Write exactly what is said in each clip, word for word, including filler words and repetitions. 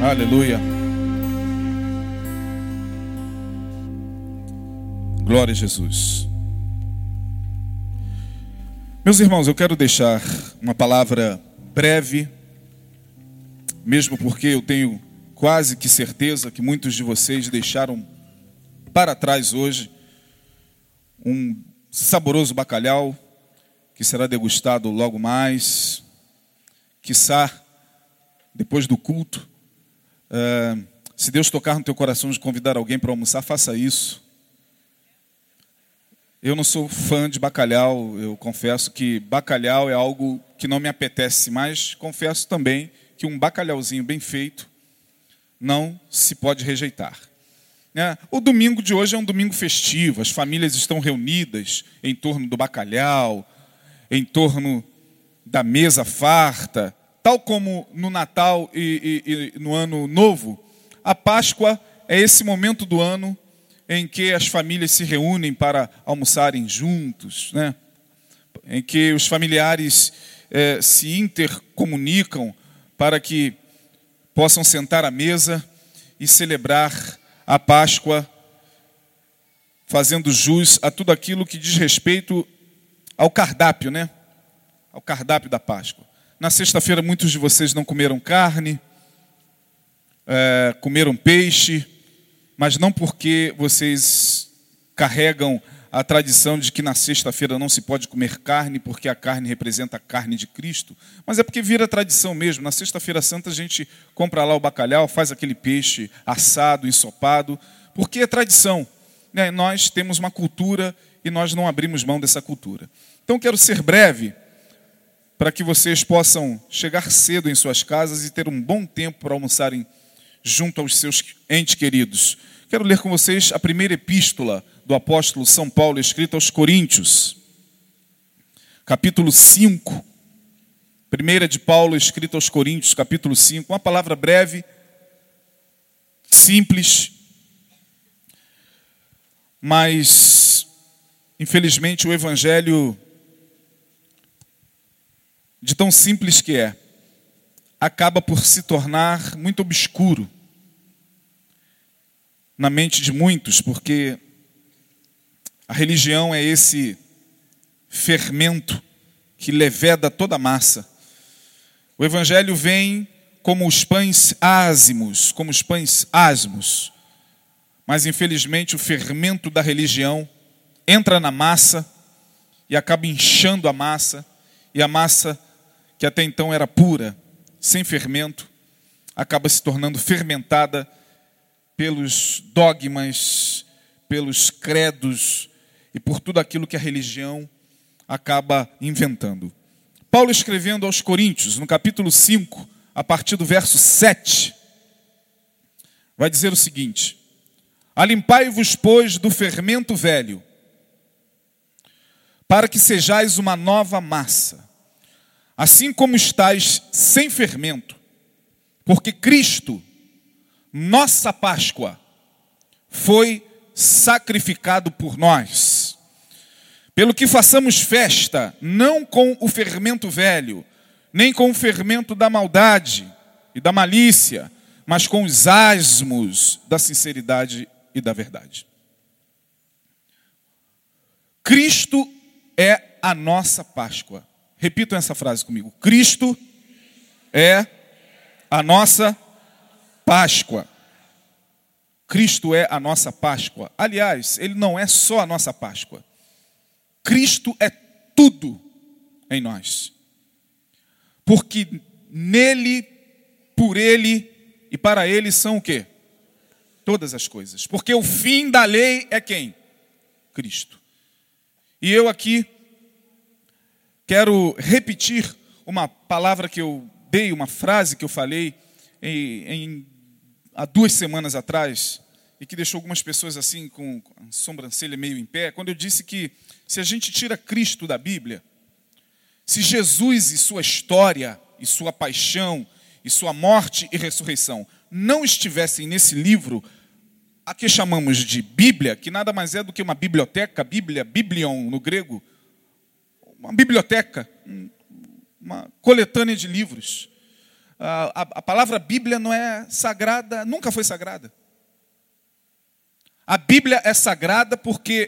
Aleluia. Glória a Jesus. Meus irmãos, eu quero deixar uma palavra breve, mesmo porque eu tenho quase que certeza que muitos de vocês deixaram para trás hoje um saboroso bacalhau que será degustado logo mais, quiçá depois do culto. Uh, se Deus tocar no teu coração de convidar alguém para almoçar, faça isso. Eu não sou fã de bacalhau, eu confesso que bacalhau é algo que não me apetece, mas confesso também que um bacalhauzinho bem feito não se pode rejeitar. É, o domingo de hoje é um domingo festivo, as famílias estão reunidas em torno do bacalhau, em torno da mesa farta, tal como no Natal e, e, e no Ano Novo. A Páscoa é esse momento do ano em que as famílias se reúnem para almoçarem juntos, né? Em que os familiares eh, se intercomunicam para que possam sentar à mesa e celebrar a Páscoa, fazendo jus a tudo aquilo que diz respeito ao cardápio, né? Ao cardápio da Páscoa. Na sexta-feira, muitos de vocês não comeram carne, é, comeram peixe, mas não porque vocês carregam a tradição de que na sexta-feira não se pode comer carne, porque a carne representa a carne de Cristo, mas é porque vira tradição mesmo. Na sexta-feira santa a gente compra lá o bacalhau, faz aquele peixe assado, ensopado, porque é tradição, né? Nós temos uma cultura e nós não abrimos mão dessa cultura. Então quero ser breve, para que vocês possam chegar cedo em suas casas e ter um bom tempo para almoçarem junto aos seus entes queridos. Quero ler com vocês a primeira epístola do apóstolo São Paulo, escrita aos Coríntios, capítulo cinco. Primeira de Paulo, escrita aos Coríntios, capítulo cinco. Uma palavra breve, simples, mas, infelizmente, o evangelho, de tão simples que é, acaba por se tornar muito obscuro na mente de muitos, porque a religião é esse fermento que leveda toda a massa. O evangelho vem como os pães ázimos, como os pães asmos, mas infelizmente o fermento da religião entra na massa e acaba inchando a massa, e a massa que até então era pura, sem fermento, acaba se tornando fermentada pelos dogmas, pelos credos e por tudo aquilo que a religião acaba inventando. Paulo, escrevendo aos Coríntios, no capítulo cinco, a partir do verso sete, vai dizer o seguinte: alimpai-vos, pois, do fermento velho, para que sejais uma nova massa, assim como estáis sem fermento, porque Cristo, nossa Páscoa, foi sacrificado por nós. Pelo que façamos festa, não com o fermento velho, nem com o fermento da maldade e da malícia, mas com os asmos da sinceridade e da verdade. Cristo é a nossa Páscoa. Repitam essa frase comigo. Cristo é a nossa Páscoa. Cristo é a nossa Páscoa. Aliás, Ele não é só a nossa Páscoa. Cristo é tudo em nós. Porque nele, por Ele e para Ele são o quê? Todas as coisas. Porque o fim da lei é quem? Cristo. E eu aqui quero repetir uma palavra que eu dei, uma frase que eu falei em, em, há duas semanas atrás, e que deixou algumas pessoas assim com a sobrancelha meio em pé, quando eu disse que se a gente tira Cristo da Bíblia, se Jesus e sua história, e sua paixão, e sua morte e ressurreição não estivessem nesse livro, a que chamamos de Bíblia, que nada mais é do que uma biblioteca, Bíblia, Biblion no grego, uma biblioteca, uma coletânea de livros. A, a, a palavra Bíblia não é sagrada, nunca foi sagrada. A Bíblia é sagrada porque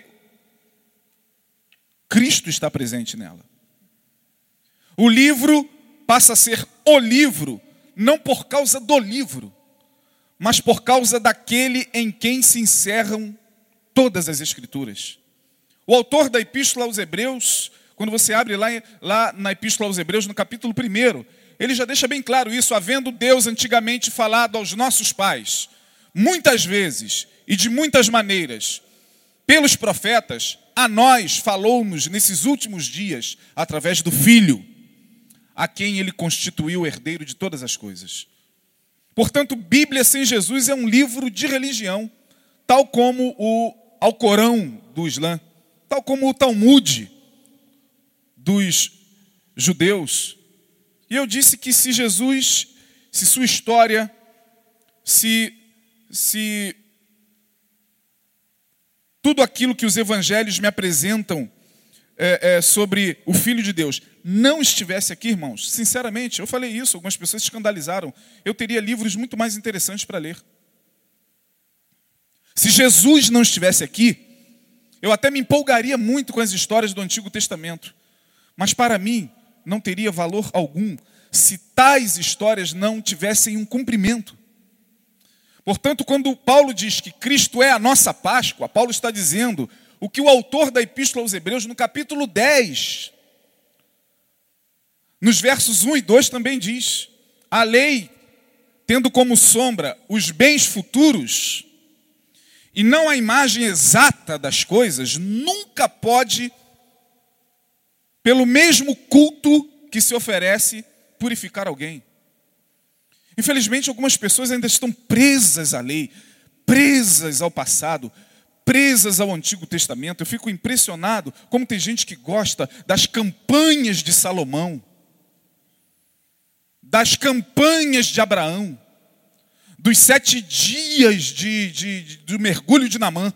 Cristo está presente nela. O livro passa a ser o livro, não por causa do livro, mas por causa daquele em quem se encerram todas as Escrituras. O autor da Epístola aos Hebreus, quando você abre lá, lá na Epístola aos Hebreus, no capítulo primeiro, ele já deixa bem claro isso, havendo Deus antigamente falado aos nossos pais, muitas vezes e de muitas maneiras, pelos profetas, a nós falou-nos nesses últimos dias, através do Filho, a quem ele constituiu o herdeiro de todas as coisas. Portanto, Bíblia sem Jesus é um livro de religião, tal como o Alcorão do Islã, tal como o Talmud dos judeus. E eu disse que se Jesus, se sua história, se, se tudo aquilo que os evangelhos me apresentam é, é, sobre o Filho de Deus não estivesse aqui, irmãos, sinceramente, eu falei isso, algumas pessoas se escandalizaram, eu teria livros muito mais interessantes para ler. Se Jesus não estivesse aqui, eu até me empolgaria muito com as histórias do Antigo Testamento, mas para mim não teria valor algum se tais histórias não tivessem um cumprimento. Portanto, quando Paulo diz que Cristo é a nossa Páscoa, Paulo está dizendo o que o autor da Epístola aos Hebreus, no capítulo dez, nos versos um e dois também diz: a lei, tendo como sombra os bens futuros, e não a imagem exata das coisas, nunca pode, pelo mesmo culto que se oferece, purificar alguém. Infelizmente, algumas pessoas ainda estão presas à lei, presas ao passado, presas ao Antigo Testamento. Eu fico impressionado como tem gente que gosta das campanhas de Salomão, das campanhas de Abraão, dos sete dias de, de, de, do mergulho de Naamã.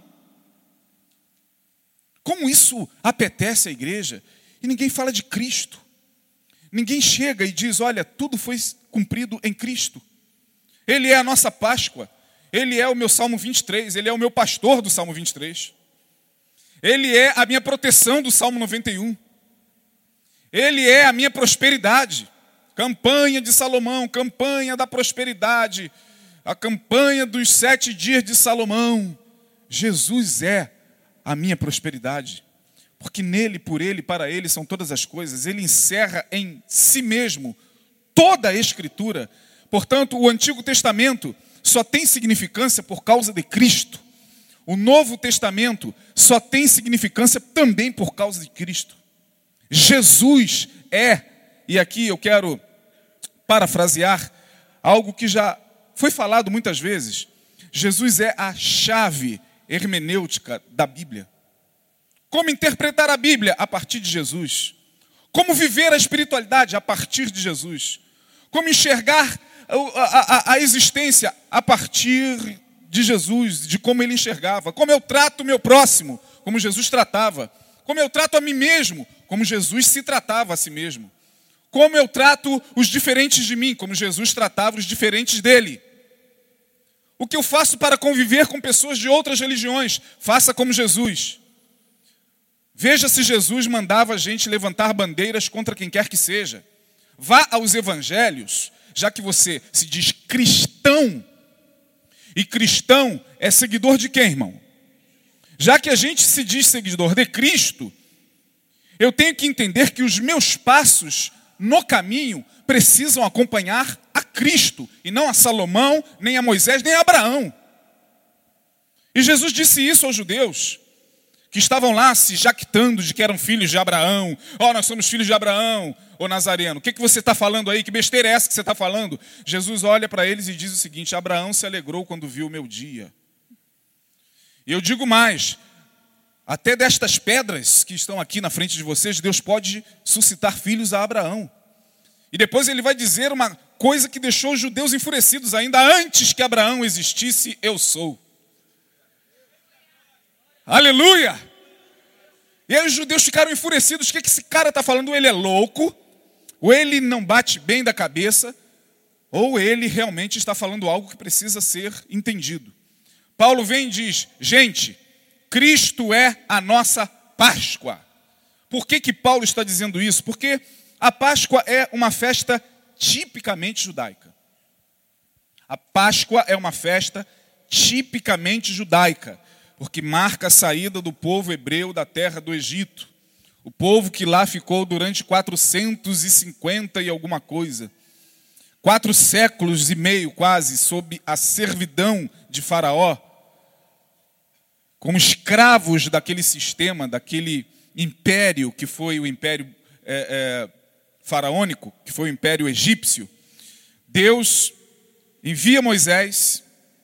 Como isso apetece a igreja? E ninguém fala de Cristo. Ninguém chega e diz, olha, tudo foi cumprido em Cristo. Ele é a nossa Páscoa. Ele é o meu Salmo vinte e três. Ele é o meu pastor do Salmo vinte e três. Ele é a minha proteção do Salmo noventa e um. Ele é a minha prosperidade. Campanha de Salomão, campanha da prosperidade, a campanha dos sete dias de Salomão. Jesus é a minha prosperidade, porque nele, por ele, para ele são todas as coisas. Ele encerra em si mesmo toda a Escritura. Portanto, o Antigo Testamento só tem significância por causa de Cristo. O Novo Testamento só tem significância também por causa de Cristo. Jesus é, e aqui eu quero parafrasear algo que já foi falado muitas vezes. Jesus é a chave hermenêutica da Bíblia. Como interpretar a Bíblia? A partir de Jesus. Como viver a espiritualidade? A partir de Jesus. Como enxergar a, a, a existência? A partir de Jesus, de como ele enxergava. Como eu trato o meu próximo? Como Jesus tratava. Como eu trato a mim mesmo? Como Jesus se tratava a si mesmo. Como eu trato os diferentes de mim? Como Jesus tratava os diferentes dele. O que eu faço para conviver com pessoas de outras religiões? Faça como Jesus. Veja se Jesus mandava a gente levantar bandeiras contra quem quer que seja. Vá aos evangelhos, já que você se diz cristão, e cristão é seguidor de quem, irmão? Já que a gente se diz seguidor de Cristo, eu tenho que entender que os meus passos no caminho precisam acompanhar a Cristo, e não a Salomão, nem a Moisés, nem a Abraão. E Jesus disse isso aos judeus, que estavam lá se jactando de que eram filhos de Abraão. Ó, oh, nós somos filhos de Abraão, ô Nazareno. O que, que você está falando aí? Que besteira é essa que você está falando? Jesus olha para eles e diz o seguinte: Abraão se alegrou quando viu o meu dia. E eu digo mais, até destas pedras que estão aqui na frente de vocês, Deus pode suscitar filhos a Abraão. E depois ele vai dizer uma coisa que deixou os judeus enfurecidos ainda antes que Abraão existisse: eu sou. Aleluia! E aí os judeus ficaram enfurecidos. O que esse cara está falando? Ele é louco, ou ele não bate bem da cabeça, ou ele realmente está falando algo que precisa ser entendido. Paulo vem e diz, gente, Cristo é a nossa Páscoa. Por que que Paulo está dizendo isso? Porque a Páscoa é uma festa tipicamente judaica. A Páscoa é uma festa tipicamente judaica, porque marca a saída do povo hebreu da terra do Egito. O povo que lá ficou durante quatrocentos e cinquenta e alguma coisa. Quatro séculos e meio quase sob a servidão de Faraó. Como escravos daquele sistema, daquele império que foi o império é, é, faraônico, que foi o império egípcio. Deus envia Moisés,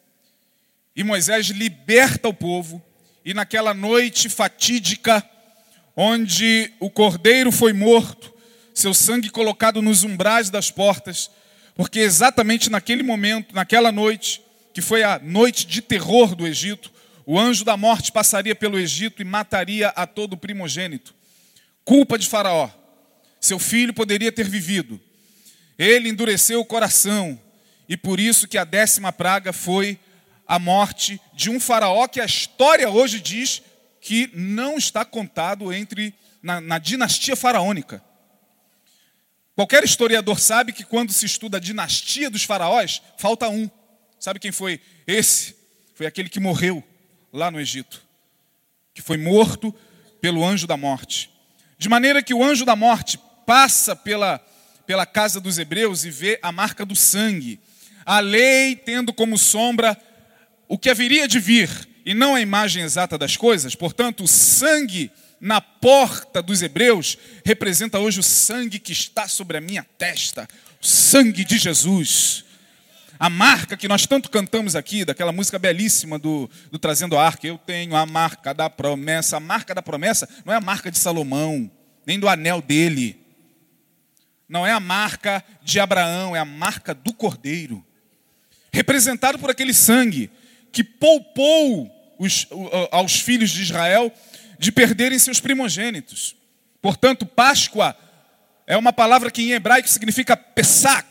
e Moisés liberta o povo, e naquela noite fatídica, onde o cordeiro foi morto, seu sangue colocado nos umbrais das portas, porque exatamente naquele momento, naquela noite, que foi a noite de terror do Egito, o anjo da morte passaria pelo Egito e mataria a todo primogênito. Culpa de Faraó. Seu filho poderia ter vivido. Ele endureceu o coração, e por isso que a décima praga foi a morte de um faraó que a história hoje diz que não está contado entre na, na dinastia faraônica. Qualquer historiador sabe que quando se estuda a dinastia dos faraós, falta um. Sabe quem foi esse? Foi aquele que morreu lá no Egito, que foi morto pelo anjo da morte. De maneira que o anjo da morte passa pela, pela casa dos hebreus e vê a marca do sangue. A lei tendo como sombra o que haveria de vir, e não a imagem exata das coisas. Portanto, o sangue na porta dos hebreus representa hoje o sangue que está sobre a minha testa, o sangue de Jesus. A marca que nós tanto cantamos aqui, daquela música belíssima do, do Trazendo a Arca, eu tenho a marca da promessa. A marca da promessa não é a marca de Salomão, nem do anel dele. Não é a marca de Abraão, é a marca do Cordeiro. Representado por aquele sangue que poupou os, aos filhos de Israel de perderem seus primogênitos. Portanto, Páscoa é uma palavra que em hebraico significa Pesach.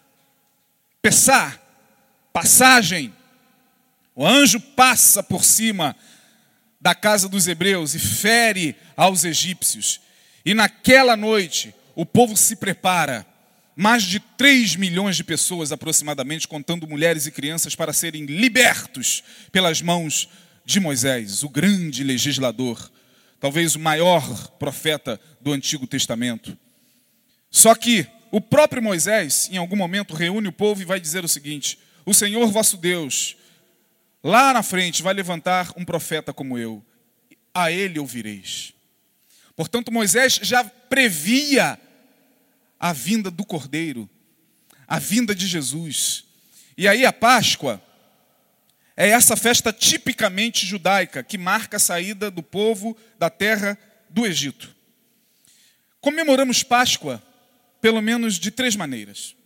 Pessá, passagem. O anjo passa por cima da casa dos hebreus e fere aos egípcios. E naquela noite, o povo se prepara. Mais de três milhões de pessoas aproximadamente, contando mulheres e crianças, para serem libertos pelas mãos de Moisés, o grande legislador, talvez o maior profeta do Antigo Testamento. Só que o próprio Moisés, em algum momento, reúne o povo e vai dizer o seguinte: o Senhor vosso Deus, lá na frente, vai levantar um profeta como eu, a ele ouvireis. Portanto, Moisés já previa a vinda do Cordeiro, a vinda de Jesus. E aí a Páscoa é essa festa tipicamente judaica, que marca a saída do povo da terra do Egito. Comemoramos Páscoa pelo menos de três maneiras.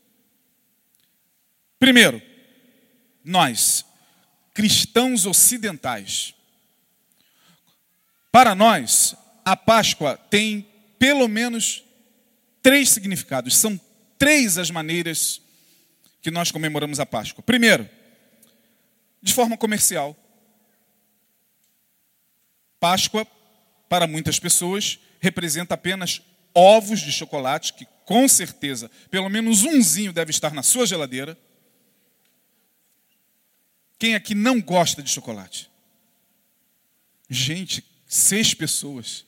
Primeiro, nós, cristãos ocidentais. Para nós, a Páscoa tem pelo menos três significados. São três as maneiras que nós comemoramos a Páscoa. Primeiro, de forma comercial. Páscoa, para muitas pessoas, representa apenas ovos de chocolate, que com certeza, pelo menos umzinho deve estar na sua geladeira. Quem aqui não gosta de chocolate? Gente, seis pessoas.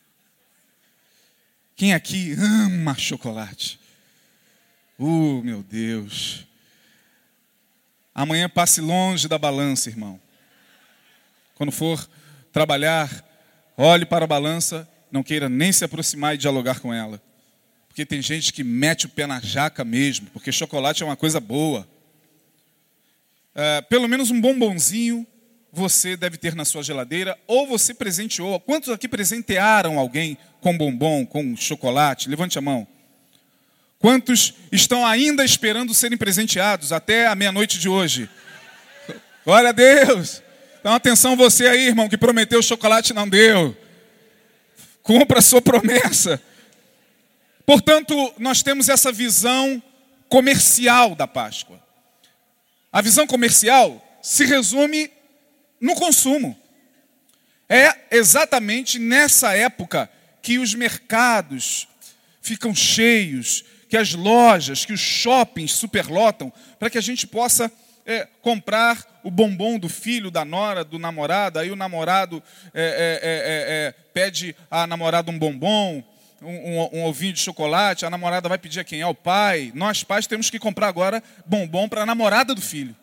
Quem aqui ama chocolate? Uh, meu Deus. Amanhã passe longe da balança, irmão. Quando for trabalhar, olhe para a balança, não queira nem se aproximar e dialogar com ela. Porque tem gente que mete o pé na jaca mesmo, porque chocolate é uma coisa boa. É, pelo menos um bombonzinho você deve ter na sua geladeira, ou você presenteou. Quantos aqui presentearam alguém com bombom, com chocolate? Levante a mão. Quantos estão ainda esperando serem presenteados até a meia-noite de hoje? Glória a Deus! Então atenção você aí, irmão, que prometeu chocolate e não deu. Cumpra a sua promessa. Portanto, nós temos essa visão comercial da Páscoa. A visão comercial se resume no consumo. É exatamente nessa época que os mercados ficam cheios, que as lojas, que os shoppings superlotam, para que a gente possa é, comprar o bombom do filho, da nora, do namorado. Aí o namorado é, é, é, é, pede à namorada um bombom, um, um, um ovinho de chocolate. A namorada vai pedir a quem? Ao pai. Nós pais temos que comprar agora bombom para a namorada do filho.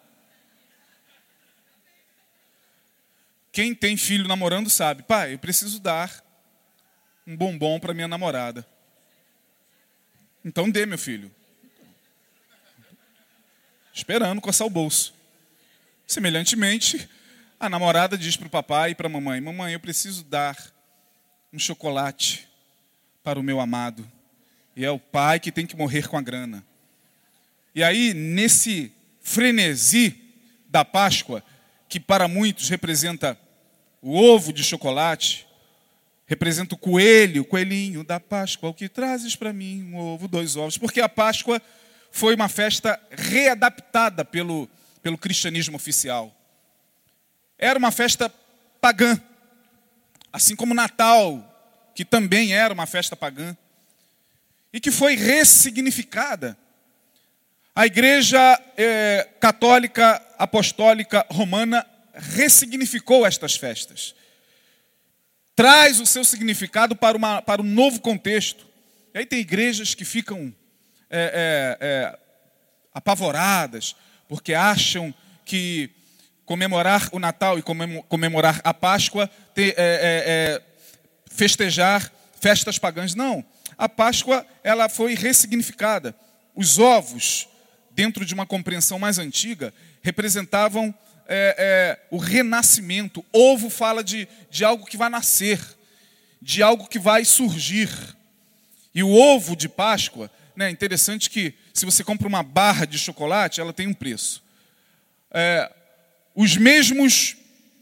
Quem tem filho namorando sabe, pai, eu preciso dar um bombom para minha namorada. Então dê, meu filho. Esperando coçar o bolso. Semelhantemente, a namorada diz para o papai e para a mamãe, mamãe, eu preciso dar um chocolate para o meu amado. E é o pai que tem que morrer com a grana. E aí, nesse frenesi da Páscoa, que para muitos representa o ovo de chocolate, representa o coelho, o coelhinho da Páscoa, o que trazes para mim, um ovo, dois ovos, porque a Páscoa foi uma festa readaptada pelo, pelo cristianismo oficial. Era uma festa pagã, assim como Natal, que também era uma festa pagã, e que foi ressignificada. A Igreja eh, Católica Apostólica Romana ressignificou estas festas. Traz o seu significado para, uma, para um novo contexto. E aí tem igrejas que ficam é, é, é, apavoradas, porque acham que comemorar o Natal e comemorar a Páscoa, ter, é, é, é, festejar festas pagãs. Não, a Páscoa ela foi ressignificada. Os ovos, dentro de uma compreensão mais antiga, representavam é, é, o renascimento. Ovo fala de, de algo que vai nascer, de algo que vai surgir. E o ovo de Páscoa, né, interessante que se você compra uma barra de chocolate, ela tem um preço. É, os mesmos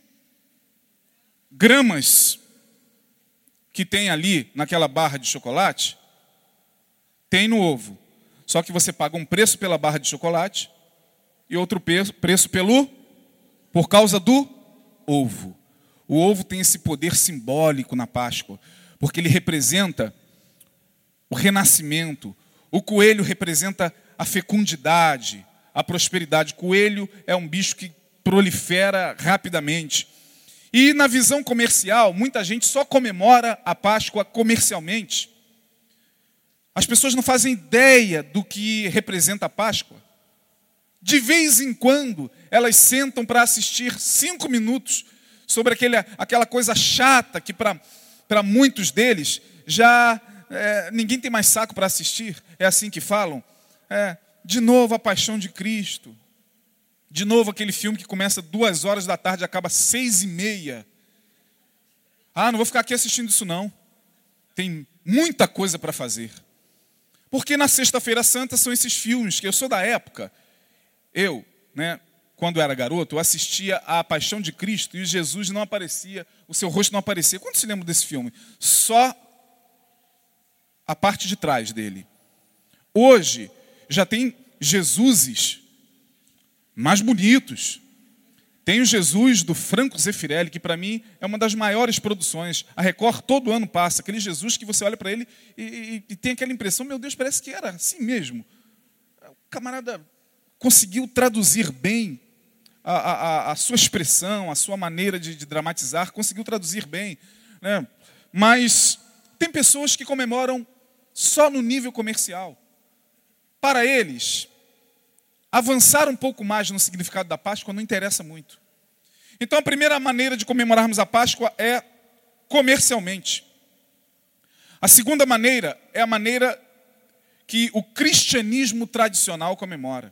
gramas que tem ali naquela barra de chocolate, tem no ovo. Só que você paga um preço pela barra de chocolate e outro preço pelo, por causa do ovo. O ovo tem esse poder simbólico na Páscoa, porque ele representa o renascimento. O coelho representa a fecundidade, a prosperidade. O coelho é um bicho que prolifera rapidamente. E na visão comercial, muita gente só comemora a Páscoa comercialmente. As pessoas não fazem ideia do que representa a Páscoa. De vez em quando, elas sentam para assistir cinco minutos sobre aquele, aquela coisa chata que para para muitos deles já é, ninguém tem mais saco para assistir. É assim que falam. É, de novo a Paixão de Cristo. De novo aquele filme que começa duas horas da tarde e acaba seis e meia. Ah, não vou ficar aqui assistindo isso não. Tem muita coisa para fazer. Porque na Sexta-feira Santa são esses filmes que eu sou da época. Eu, né, quando era garoto, eu assistia a Paixão de Cristo e Jesus não aparecia, o seu rosto não aparecia. Quantos se lembram desse filme? Só a parte de trás dele. Hoje já tem Jesuses mais bonitos. Tem o Jesus do Franco Zeffirelli, que para mim é uma das maiores produções. A Record todo ano passa. Aquele Jesus que você olha para ele e, e, e tem aquela impressão, meu Deus, parece que era assim mesmo. O camarada conseguiu traduzir bem a, a, a sua expressão, a sua maneira de, de dramatizar, conseguiu traduzir bem. Né? Mas tem pessoas que comemoram só no nível comercial. Para eles, avançar um pouco mais no significado da Páscoa não interessa muito. Então, a primeira maneira de comemorarmos a Páscoa é comercialmente. A segunda maneira é a maneira que o cristianismo tradicional comemora.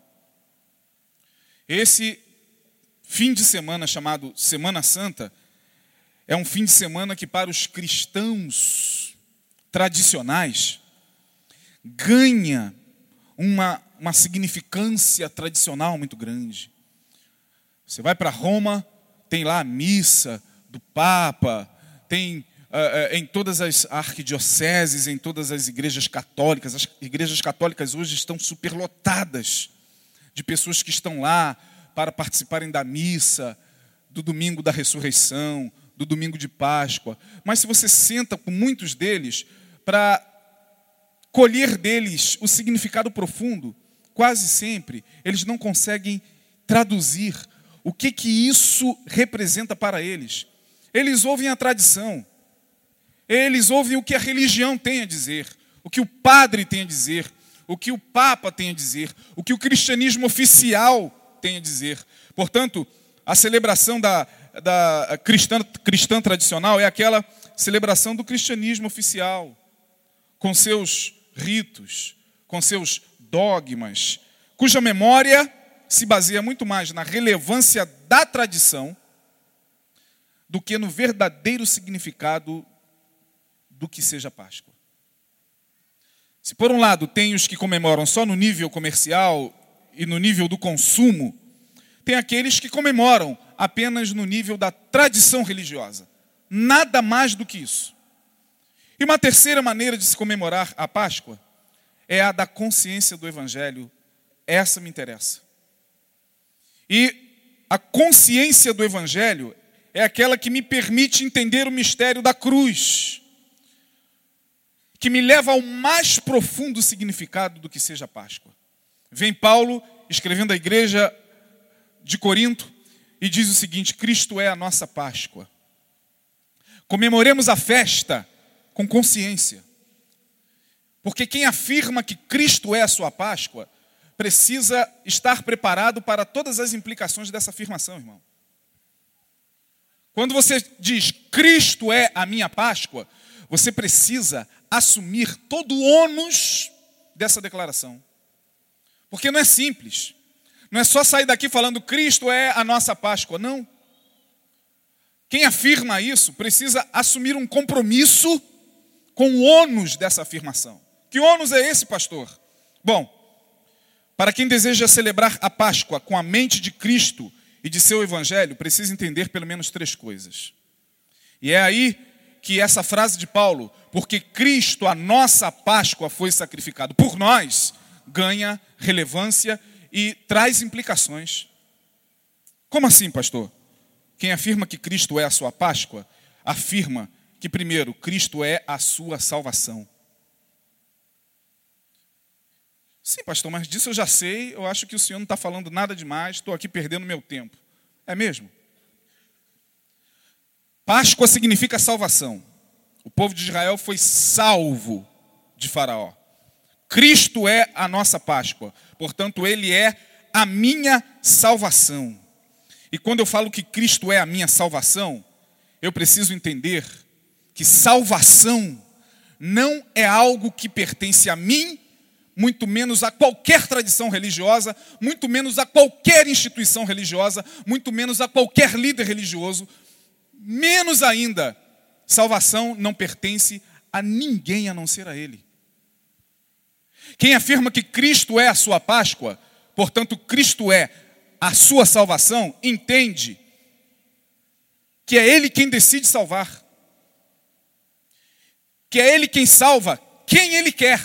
Esse fim de semana chamado Semana Santa é um fim de semana que para os cristãos tradicionais ganha uma, uma significância tradicional muito grande. Você vai para Roma, tem lá a missa do Papa, tem em todas as arquidioceses, em todas as igrejas católicas. As igrejas católicas hoje estão superlotadas de pessoas que estão lá para participarem da missa, do domingo da ressurreição, do domingo de Páscoa. Mas se você senta com muitos deles para colher deles o significado profundo, quase sempre eles não conseguem traduzir o que que isso representa para eles. Eles ouvem a tradição, eles ouvem o que a religião tem a dizer, o que o padre tem a dizer, o que o Papa tem a dizer, o que o cristianismo oficial tem a dizer. Portanto, a celebração da, da cristã, cristã tradicional é aquela celebração do cristianismo oficial, com seus ritos, com seus dogmas, cuja memória se baseia muito mais na relevância da tradição do que no verdadeiro significado do que seja Páscoa. Se por um lado tem os que comemoram só no nível comercial e no nível do consumo, tem aqueles que comemoram apenas no nível da tradição religiosa. Nada mais do que isso. E uma terceira maneira de se comemorar a Páscoa é a da consciência do Evangelho. Essa me interessa. E a consciência do Evangelho é aquela que me permite entender o mistério da cruz, que me leva ao mais profundo significado do que seja Páscoa. Vem Paulo escrevendo à igreja de Corinto e diz o seguinte: Cristo é a nossa Páscoa. Comemoremos a festa com consciência. Porque quem afirma que Cristo é a sua Páscoa precisa estar preparado para todas as implicações dessa afirmação, irmão. Quando você diz Cristo é a minha Páscoa, você precisa assumir todo o ônus dessa declaração. Porque não é simples. Não é só sair daqui falando Cristo é a nossa Páscoa. Não. Quem afirma isso precisa assumir um compromisso com o ônus dessa afirmação. Que ônus é esse, pastor? Bom, para quem deseja celebrar a Páscoa com a mente de Cristo e de seu Evangelho, precisa entender pelo menos três coisas. E é aí que essa frase de Paulo, porque Cristo, a nossa Páscoa, foi sacrificado por nós, ganha relevância e traz implicações. Como assim, pastor? Quem afirma que Cristo é a sua Páscoa, afirma que, primeiro, Cristo é a sua salvação. Sim, pastor, mas disso eu já sei, eu acho que o senhor não está falando nada demais, estou aqui perdendo meu tempo. É mesmo? Páscoa significa salvação. O povo de Israel foi salvo de Faraó. Cristo é a nossa Páscoa, portanto, Ele é a minha salvação. E quando eu falo que Cristo é a minha salvação, eu preciso entender que salvação não é algo que pertence a mim, muito menos a qualquer tradição religiosa, muito menos a qualquer instituição religiosa, muito menos a qualquer líder religioso, menos ainda, salvação não pertence a ninguém a não ser a Ele. Quem afirma que Cristo é a sua Páscoa, portanto, Cristo é a sua salvação, entende que é Ele quem decide salvar, que é Ele quem salva quem Ele quer,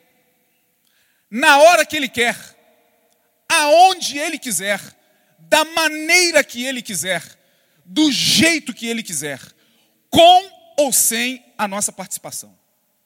na hora que Ele quer, aonde Ele quiser, da maneira que Ele quiser, do jeito que Ele quiser, com ou sem a nossa participação.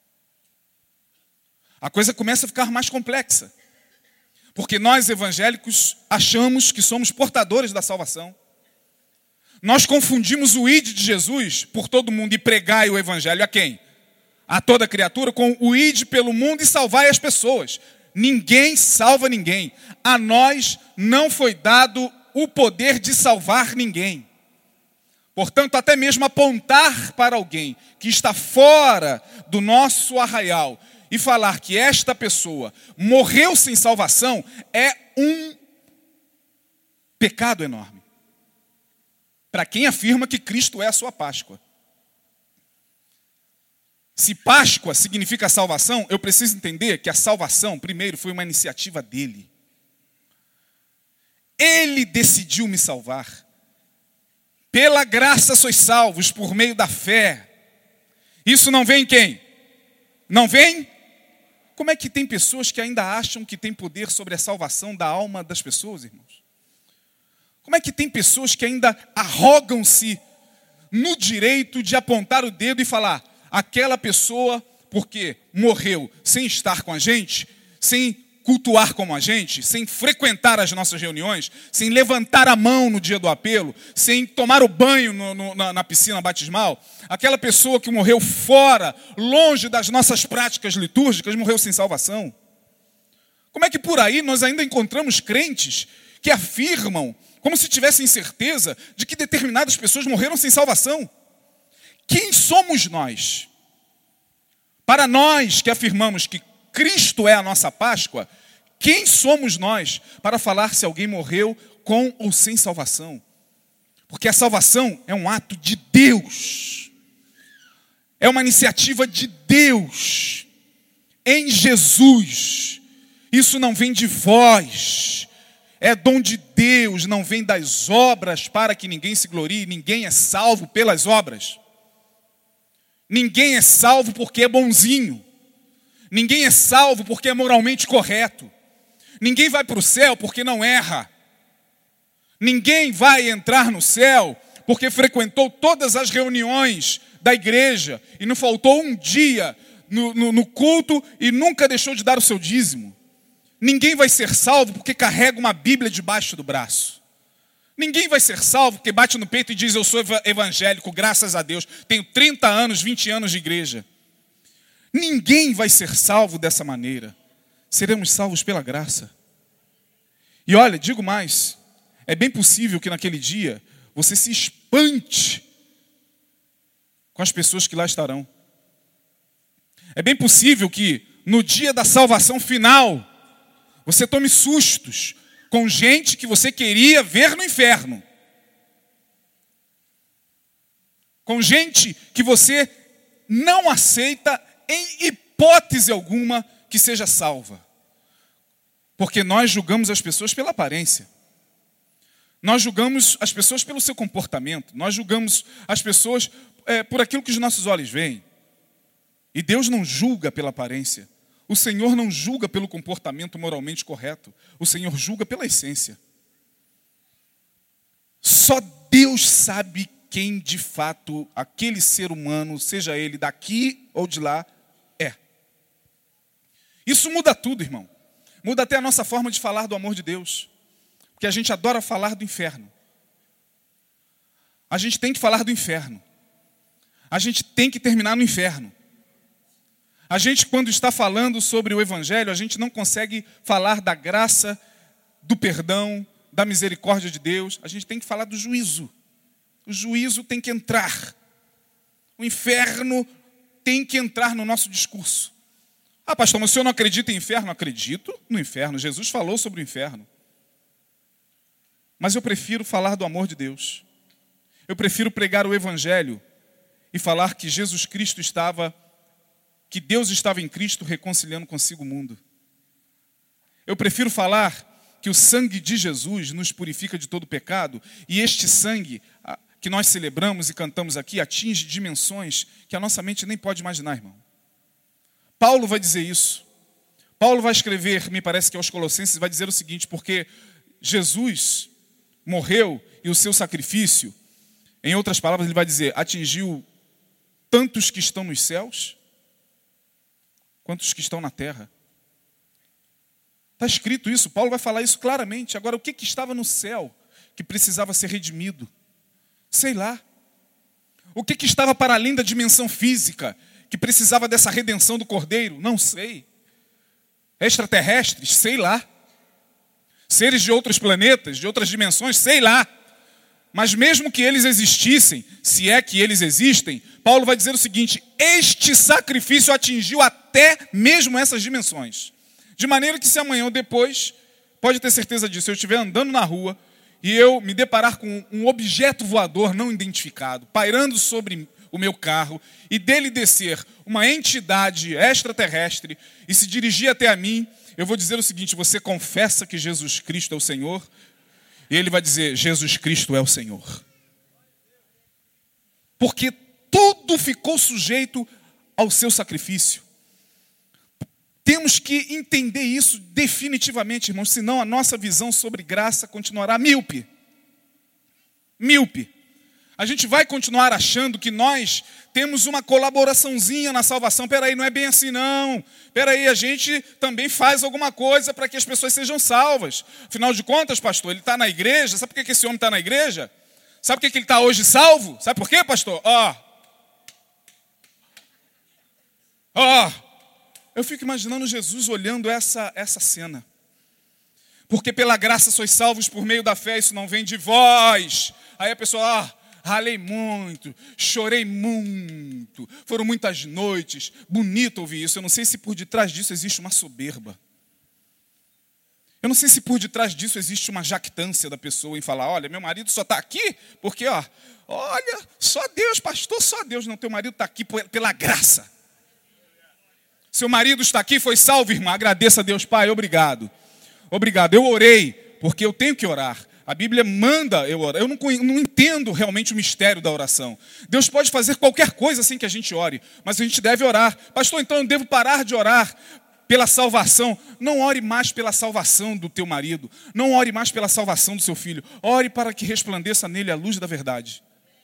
A coisa começa a ficar mais complexa, porque nós evangélicos achamos que somos portadores da salvação. Nós confundimos o ide de Jesus por todo mundo e pregai o evangelho a quem? A toda criatura, com o ide pelo mundo e salvai as pessoas. Ninguém salva ninguém. A nós não foi dado o poder de salvar ninguém. Portanto, até mesmo apontar para alguém que está fora do nosso arraial e falar que esta pessoa morreu sem salvação é um pecado enorme. Para quem afirma que Cristo é a sua Páscoa. Se Páscoa significa salvação, eu preciso entender que a salvação, primeiro, foi uma iniciativa dele. Ele decidiu me salvar. Pela graça sois salvos por meio da fé. Isso não vem quem? Não vem? Como é que tem pessoas que ainda acham que tem poder sobre a salvação da alma das pessoas, irmãos? Como é que tem pessoas que ainda arrogam-se no direito de apontar o dedo e falar, aquela pessoa, porque morreu sem estar com a gente, sem cultuar como a gente, sem frequentar as nossas reuniões, sem levantar a mão no dia do apelo, sem tomar o banho no, no, na, na piscina batismal, aquela pessoa que morreu fora, longe das nossas práticas litúrgicas, morreu sem salvação. Como é que por aí nós ainda encontramos crentes que afirmam, como se tivessem certeza, de que determinadas pessoas morreram sem salvação? Quem somos nós? Para nós que afirmamos que Cristo é a nossa Páscoa, quem somos nós para falar se alguém morreu com ou sem salvação? Porque a salvação é um ato de Deus. É uma iniciativa de Deus em Jesus. Isso não vem de vós. É dom de Deus, não vem das obras para que ninguém se glorie. Ninguém é salvo pelas obras. Ninguém é salvo porque é bonzinho. Ninguém é salvo porque é moralmente correto. Ninguém vai para o céu porque não erra. Ninguém vai entrar no céu porque frequentou todas as reuniões da igreja e não faltou um dia no, no, no culto e nunca deixou de dar o seu dízimo. Ninguém vai ser salvo porque carrega uma Bíblia debaixo do braço. Ninguém vai ser salvo porque bate no peito e diz, eu sou evangélico, graças a Deus. Tenho trinta anos, vinte anos de igreja. Ninguém vai ser salvo dessa maneira. Seremos salvos pela graça. E olha, digo mais, é bem possível que naquele dia você se espante com as pessoas que lá estarão. É bem possível que no dia da salvação final você tome sustos com gente que você queria ver no inferno. Com gente que você não aceita em hipótese alguma que seja salva. Porque nós julgamos as pessoas pela aparência. Nós julgamos as pessoas pelo seu comportamento. Nós julgamos as pessoas é, por aquilo que os nossos olhos veem. E Deus não julga pela aparência. O Senhor não julga pelo comportamento moralmente correto. O Senhor julga pela essência. Só Deus sabe quem de fato aquele ser humano, seja ele daqui ou de lá, é. Isso muda tudo, irmão. Muda até a nossa forma de falar do amor de Deus. Porque a gente adora falar do inferno. A gente tem que falar do inferno. A gente tem que terminar no inferno. A gente, quando está falando sobre o Evangelho, a gente não consegue falar da graça, do perdão, da misericórdia de Deus. A gente tem que falar do juízo. O juízo tem que entrar. O inferno tem que entrar no nosso discurso. Ah, pastor, mas o senhor não acredita em inferno? Acredito no inferno. Jesus falou sobre o inferno. Mas eu prefiro falar do amor de Deus. Eu prefiro pregar o Evangelho e falar que Jesus Cristo estava... que Deus estava em Cristo reconciliando consigo o mundo. Eu prefiro falar que o sangue de Jesus nos purifica de todo pecado, e este sangue que nós celebramos e cantamos aqui atinge dimensões que a nossa mente nem pode imaginar, irmão. Paulo vai dizer isso. Paulo vai escrever, me parece que aos Colossenses, vai dizer o seguinte, porque Jesus morreu e o seu sacrifício, em outras palavras, ele vai dizer, atingiu tantos que estão nos céus, quantos que estão na terra. Está escrito isso, Paulo vai falar isso claramente. Agora, o que, que estava no céu que precisava ser redimido? Sei lá. O que, que estava para além da dimensão física que precisava dessa redenção do Cordeiro? Não sei. Extraterrestres? Sei lá. Seres de outros planetas, de outras dimensões? Sei lá. Mas mesmo que eles existissem, se é que eles existem, Paulo vai dizer o seguinte, este sacrifício atingiu até mesmo essas dimensões. De maneira que se amanhã ou depois, pode ter certeza disso, eu estiver andando na rua e eu me deparar com um objeto voador não identificado, pairando sobre o meu carro, e dele descer uma entidade extraterrestre e se dirigir até a mim, eu vou dizer o seguinte, você confessa que Jesus Cristo é o Senhor? E ele vai dizer, Jesus Cristo é o Senhor. Porque tudo ficou sujeito ao seu sacrifício. Temos que entender isso definitivamente, irmãos, senão a nossa visão sobre graça continuará míope. Míope. A gente vai continuar achando que nós temos uma colaboraçãozinha na salvação. Peraí, não é bem assim não. Peraí, a gente também faz alguma coisa para que as pessoas sejam salvas. Afinal de contas, pastor, ele está na igreja. Sabe por que esse homem está na igreja? Sabe por que ele está hoje salvo? Sabe por quê, pastor? Ó. Ó. Eu fico imaginando Jesus olhando essa, essa cena. Porque pela graça sois salvos por meio da fé, isso não vem de vós. Aí a pessoa, ah, ralei muito, chorei muito, foram muitas noites. Bonito ouvir isso. Eu não sei se por detrás disso existe uma soberba. Eu não sei se por detrás disso existe uma jactância da pessoa em falar, olha, meu marido só está aqui porque, ó, olha, só Deus, pastor, só Deus. Não, teu marido está aqui pela graça. Seu marido está aqui, foi salvo, irmã. Agradeça a Deus, Pai, obrigado. Obrigado, eu orei, porque eu tenho que orar. A Bíblia manda eu orar. Eu não, não entendo realmente o mistério da oração. Deus pode fazer qualquer coisa sem que a gente ore, mas a gente deve orar. Pastor, então eu devo parar de orar pela salvação. Não ore mais pela salvação do teu marido. Não ore mais pela salvação do seu filho. Ore para que resplandeça nele a luz da verdade.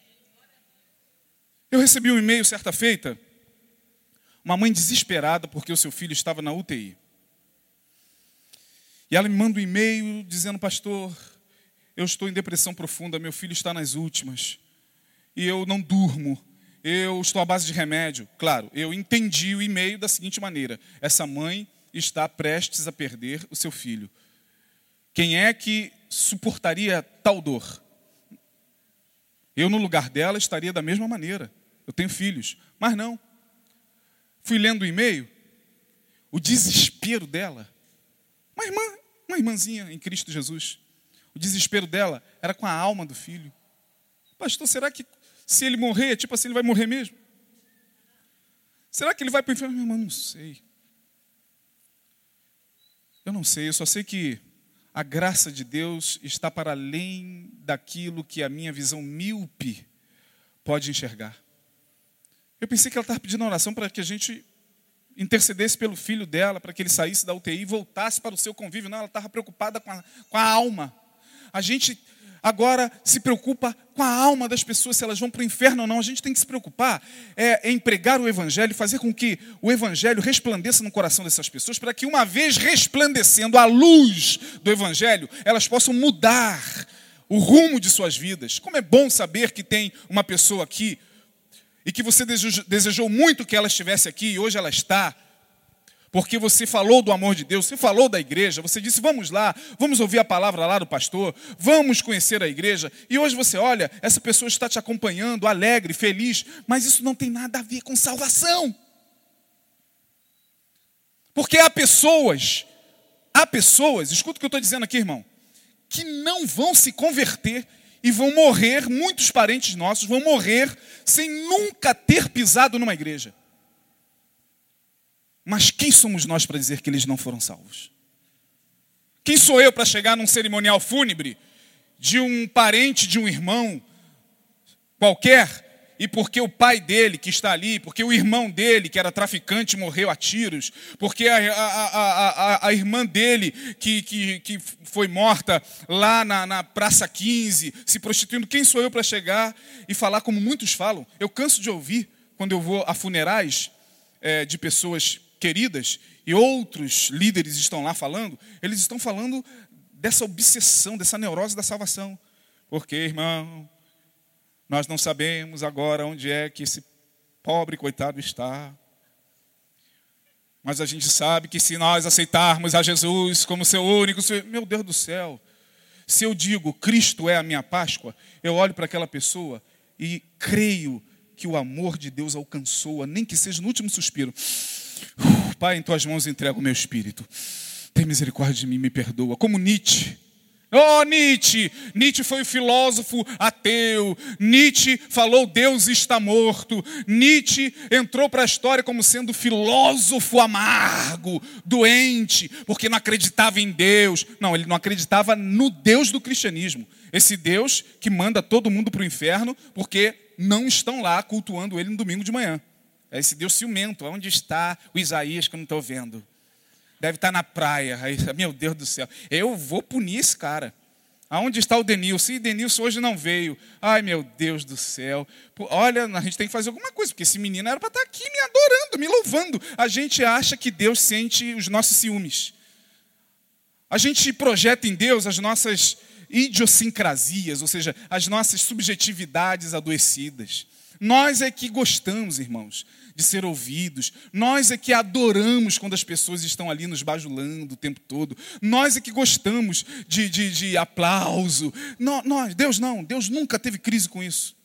Eu recebi um e-mail certa feita. Uma mãe desesperada porque o seu filho estava na U T I. E ela me manda um e-mail dizendo, pastor, eu estou em depressão profunda, meu filho está nas últimas. E eu não durmo, eu estou à base de remédio. Claro, eu entendi o e-mail da seguinte maneira. Essa mãe está prestes a perder o seu filho. Quem é que suportaria tal dor? Eu, no lugar dela, estaria da mesma maneira. Eu tenho filhos, mas não. Fui lendo o e-mail, o desespero dela. Uma irmã, uma irmãzinha em Cristo Jesus. O desespero dela era com a alma do filho. Pastor, será que se ele morrer, tipo assim, ele vai morrer mesmo? Será que ele vai para o inferno? Meu irmão, não sei. Eu não sei, eu só sei que a graça de Deus está para além daquilo que a minha visão míope pode enxergar. Eu pensei que ela estava pedindo oração para que a gente intercedesse pelo filho dela, para que ele saísse da U T I e voltasse para o seu convívio. Não, ela estava preocupada com a, com a alma. A gente agora se preocupa com a alma das pessoas, se elas vão para o inferno ou não. A gente tem que se preocupar é, em pregar o Evangelho, fazer com que o Evangelho resplandeça no coração dessas pessoas, para que uma vez resplandecendo a luz do Evangelho, elas possam mudar o rumo de suas vidas. Como é bom saber que tem uma pessoa aqui e que você desejou muito que ela estivesse aqui e hoje ela está, porque você falou do amor de Deus, você falou da igreja, você disse, vamos lá, vamos ouvir a palavra lá do pastor, vamos conhecer a igreja, e hoje você olha, essa pessoa está te acompanhando, alegre, feliz, mas isso não tem nada a ver com salvação. Porque há pessoas, há pessoas, escuta o que eu estou dizendo aqui, irmão, que não vão se converter e vão morrer, muitos parentes nossos vão morrer sem nunca ter pisado numa igreja. Mas quem somos nós para dizer que eles não foram salvos? Quem sou eu para chegar num cerimonial fúnebre de um parente, de um irmão qualquer, e porque o pai dele que está ali, porque o irmão dele que era traficante morreu a tiros, porque a, a, a, a, a irmã dele que, que, que foi morta lá na, na Praça quinze, se prostituindo, quem sou eu para chegar e falar como muitos falam? Eu canso de ouvir, quando eu vou a funerais é, de pessoas queridas, e outros líderes estão lá falando, eles estão falando dessa obsessão, dessa neurose da salvação. Porque, irmão, nós não sabemos agora onde é que esse pobre coitado está. Mas a gente sabe que se nós aceitarmos a Jesus como seu único... Meu Deus do céu! Se eu digo, Cristo é a minha Páscoa, eu olho para aquela pessoa e creio que o amor de Deus alcançou-a, nem que seja no último suspiro. Pai, em tuas mãos entrego o meu espírito. Tem misericórdia de mim, me perdoa. Como Nietzsche. Oh, Nietzsche! Nietzsche foi o filósofo ateu. Nietzsche falou Deus está morto. Nietzsche entrou para a história como sendo filósofo amargo, doente, porque não acreditava em Deus. Não, ele não acreditava no Deus do cristianismo. Esse Deus que manda todo mundo para o inferno, porque não estão lá cultuando ele no domingo de manhã. É esse Deus ciumento. Onde está o Isaías que eu não estou vendo? Deve estar na praia. Aí, meu Deus do céu. Eu vou punir esse cara. Aonde está o Denilson? E Denilson hoje não veio. Ai, meu Deus do céu. Pô, olha, a gente tem que fazer alguma coisa, porque esse menino era para estar aqui me adorando, me louvando. A gente acha que Deus sente os nossos ciúmes. A gente projeta em Deus as nossas idiosincrasias, ou seja, as nossas subjetividades adoecidas. Nós é que gostamos, irmãos, de ser ouvidos. Nós é que adoramos quando as pessoas estão ali nos bajulando o tempo todo. Nós é que gostamos de, de, de aplauso. Não, nós, Deus não, Deus nunca teve crise com isso.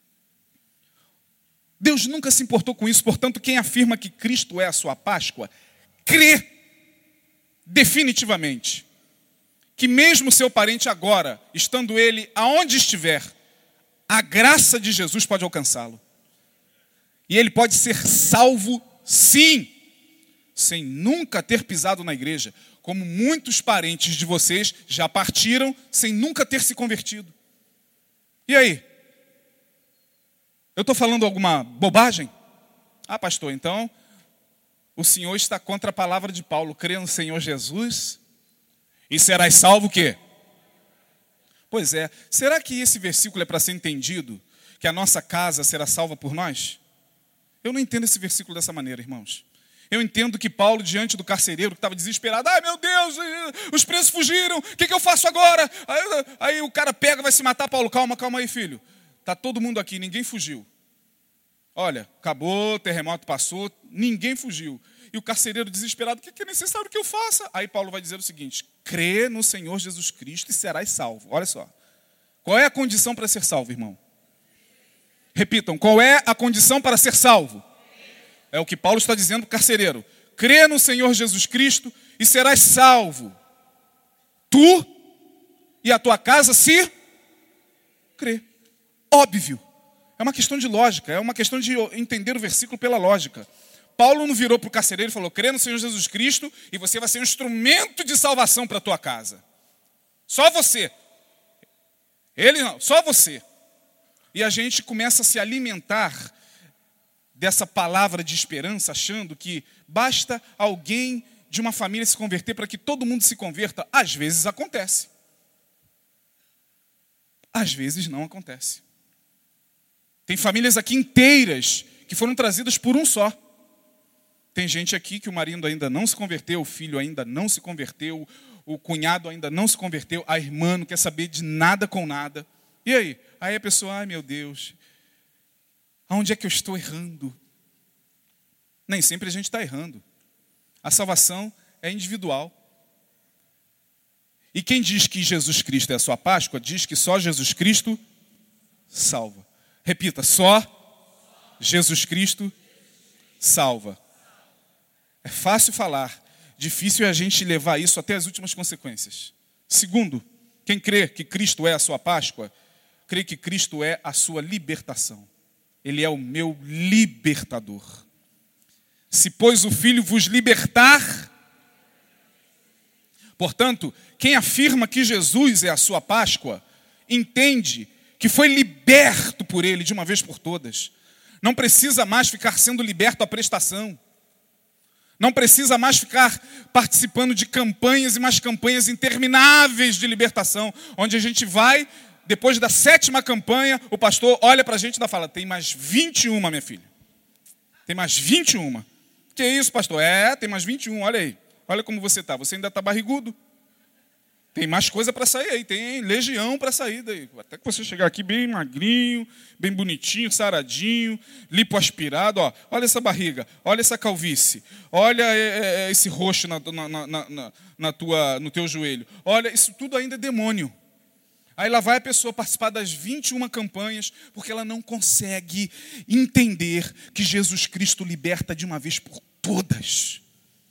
Deus nunca se importou com isso. Portanto, quem afirma que Cristo é a sua Páscoa, crê definitivamente que mesmo seu parente agora, estando ele aonde estiver, a graça de Jesus pode alcançá-lo. E ele pode ser salvo, sim, sem nunca ter pisado na igreja, como muitos parentes de vocês já partiram sem nunca ter se convertido. E aí? Eu estou falando alguma bobagem? Ah, pastor, então o senhor está contra a palavra de Paulo. Crê no Senhor Jesus e serás salvo o quê? Pois é. Será que esse versículo é para ser entendido? Que a nossa casa será salva por nós? Eu não entendo esse versículo dessa maneira, irmãos. Eu entendo que Paulo, diante do carcereiro, que estava desesperado, ai meu Deus, os presos fugiram, o que, que eu faço agora? Aí, aí o cara pega, vai se matar. Paulo, calma, calma aí, filho. Está todo mundo aqui, ninguém fugiu. Olha, acabou, o terremoto passou, ninguém fugiu. E o carcereiro desesperado, o que é necessário que eu faça? Aí Paulo vai dizer o seguinte: crê no Senhor Jesus Cristo e serás salvo. Olha só. Qual é a condição para ser salvo, irmão? Repitam, qual é a condição para ser salvo? É o que Paulo está dizendo para o carcereiro. Crê no Senhor Jesus Cristo e serás salvo. Tu e a tua casa se crê. Óbvio. É uma questão de lógica, é uma questão de entender o versículo pela lógica. Paulo não virou para o carcereiro e falou: crê no Senhor Jesus Cristo e você vai ser um instrumento de salvação para a tua casa. Só você. Ele não, só você. E a gente começa a se alimentar dessa palavra de esperança, achando que basta alguém de uma família se converter para que todo mundo se converta. Às vezes acontece. Às vezes não acontece. Tem famílias aqui inteiras que foram trazidas por um só. Tem gente aqui que o marido ainda não se converteu, o filho ainda não se converteu, o cunhado ainda não se converteu, a irmã não quer saber de nada com nada. E aí? Aí a pessoa, ai meu Deus, aonde é que eu estou errando? Nem sempre a gente está errando. A salvação é individual. E quem diz que Jesus Cristo é a sua Páscoa, diz que só Jesus Cristo salva. Repita, só Jesus Cristo salva. É fácil falar, difícil é a gente levar isso até as últimas consequências. Segundo, quem crê que Cristo é a sua Páscoa, crê que Cristo é a sua libertação. Ele é o meu libertador. Se, pois, o Filho vos libertar... Portanto, quem afirma que Jesus é a sua Páscoa, entende que foi liberto por Ele de uma vez por todas. Não precisa mais ficar sendo liberto à prestação. Não precisa mais ficar participando de campanhas e mais campanhas intermináveis de libertação, onde a gente vai, depois da sétima campanha, o pastor olha para a gente e ainda fala: tem mais vinte e uma, minha filha. Tem mais vinte e uma. Que isso, pastor? É, tem mais vinte e um, olha aí. Olha como você está. Você ainda está barrigudo. Tem mais coisa para sair aí. Tem legião para sair daí. Até que você chegar aqui bem magrinho, bem bonitinho, saradinho, lipoaspirado. Ó. Olha essa barriga. Olha essa calvície. Olha é, é, esse roxo na, na, na, na, na tua, no teu joelho. Olha, isso tudo ainda é demônio. Aí lá vai a pessoa participar das vinte e uma campanhas, porque ela não consegue entender que Jesus Cristo liberta de uma vez por todas.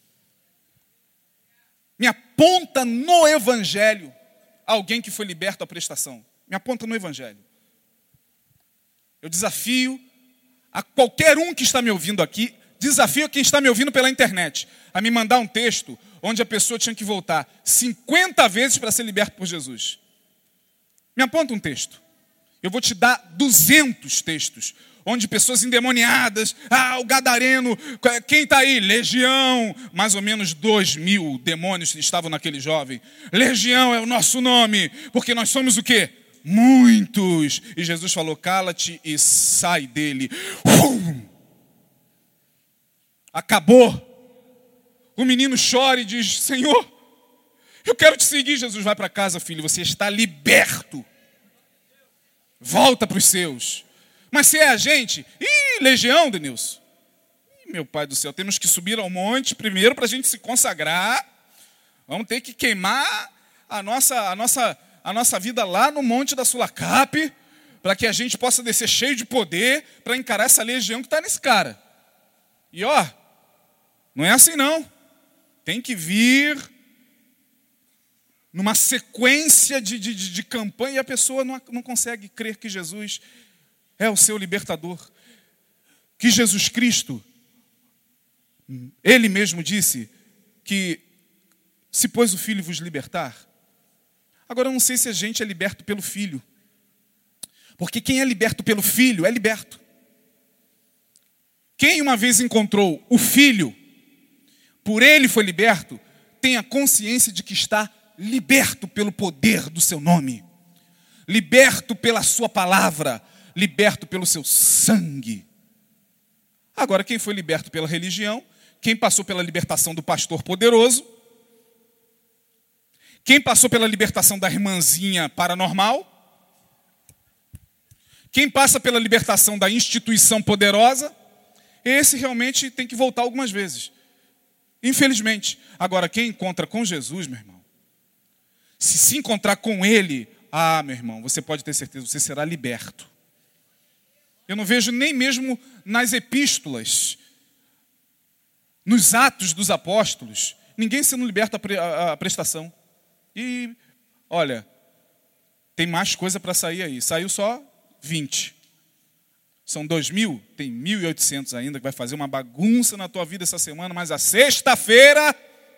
Me aponta no Evangelho alguém que foi liberto à prestação. Me aponta no Evangelho. Eu desafio a qualquer um que está me ouvindo aqui, desafio a quem está me ouvindo pela internet, a me mandar um texto onde a pessoa tinha que voltar cinquenta vezes para ser liberto por Jesus. Me aponta um texto. Eu vou te dar duzentos textos, onde pessoas endemoniadas, ah, o gadareno, quem está aí? Legião, mais ou menos dois mil demônios estavam naquele jovem. Legião é o nosso nome, porque nós somos o quê? Muitos. E Jesus falou, cala-te e sai dele. Um! Acabou. O menino chora e diz, Senhor, eu quero te seguir. Jesus, vai para casa, filho, você está liberto. Volta para os seus. Mas se é a gente, ih, legião, Denilson. Ih, meu pai do céu, temos que subir ao monte primeiro para a gente se consagrar. Vamos ter que queimar a nossa, a nossa, a nossa vida lá no monte da Sulacap, para que a gente possa descer cheio de poder para encarar essa legião que está nesse cara. E ó, não é assim não. Tem que vir numa sequência de, de, de campanha e a pessoa não, não consegue crer que Jesus é o seu libertador. Que Jesus Cristo, Ele mesmo disse que se pois o Filho vos libertar. Agora eu não sei se a gente é liberto pelo Filho. Porque quem é liberto pelo Filho é liberto. Quem uma vez encontrou o Filho, por Ele foi liberto, tem a consciência de que está liberto pelo poder do seu nome, liberto pela sua palavra, liberto pelo seu sangue. Agora, quem foi liberto pela religião, quem passou pela libertação do pastor poderoso, quem passou pela libertação da irmãzinha paranormal, quem passa pela libertação da instituição poderosa, esse realmente tem que voltar algumas vezes. Infelizmente. Agora, quem encontra com Jesus, meu irmão, se se encontrar com Ele, ah, meu irmão, você pode ter certeza, você será liberto. Eu não vejo nem mesmo nas epístolas, nos atos dos apóstolos, ninguém sendo liberto a prestação. E, olha, tem mais coisa para sair aí. Saiu só vinte. São dois mil, tem mil e oitocentos ainda, que vai fazer uma bagunça na tua vida essa semana, mas a sexta-feira,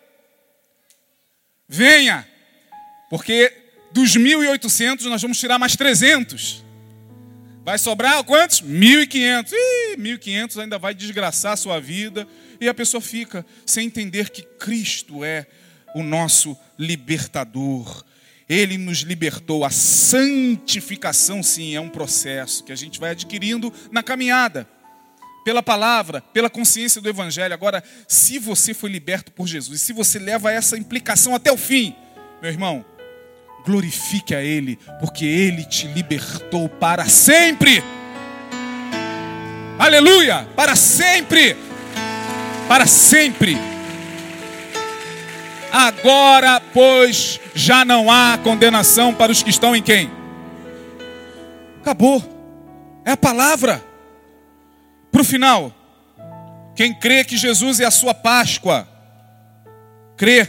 venha, porque dos mil e oitocentos nós vamos tirar mais trezentos. Vai sobrar quantos? mil e quinhentos. Ih, mil e quinhentos ainda vai desgraçar a sua vida. E a pessoa fica sem entender que Cristo é o nosso libertador. Ele nos libertou. A santificação, sim, é um processo que a gente vai adquirindo na caminhada. Pela palavra, pela consciência do Evangelho. Agora, se você foi liberto por Jesus, se você leva essa implicação até o fim, meu irmão, glorifique a Ele, porque Ele te libertou para sempre. Aleluia! Para sempre! Para sempre! Agora, pois, já não há condenação para os que estão em quem? Acabou. É a palavra. Para o final, quem crê que Jesus é a sua Páscoa, crê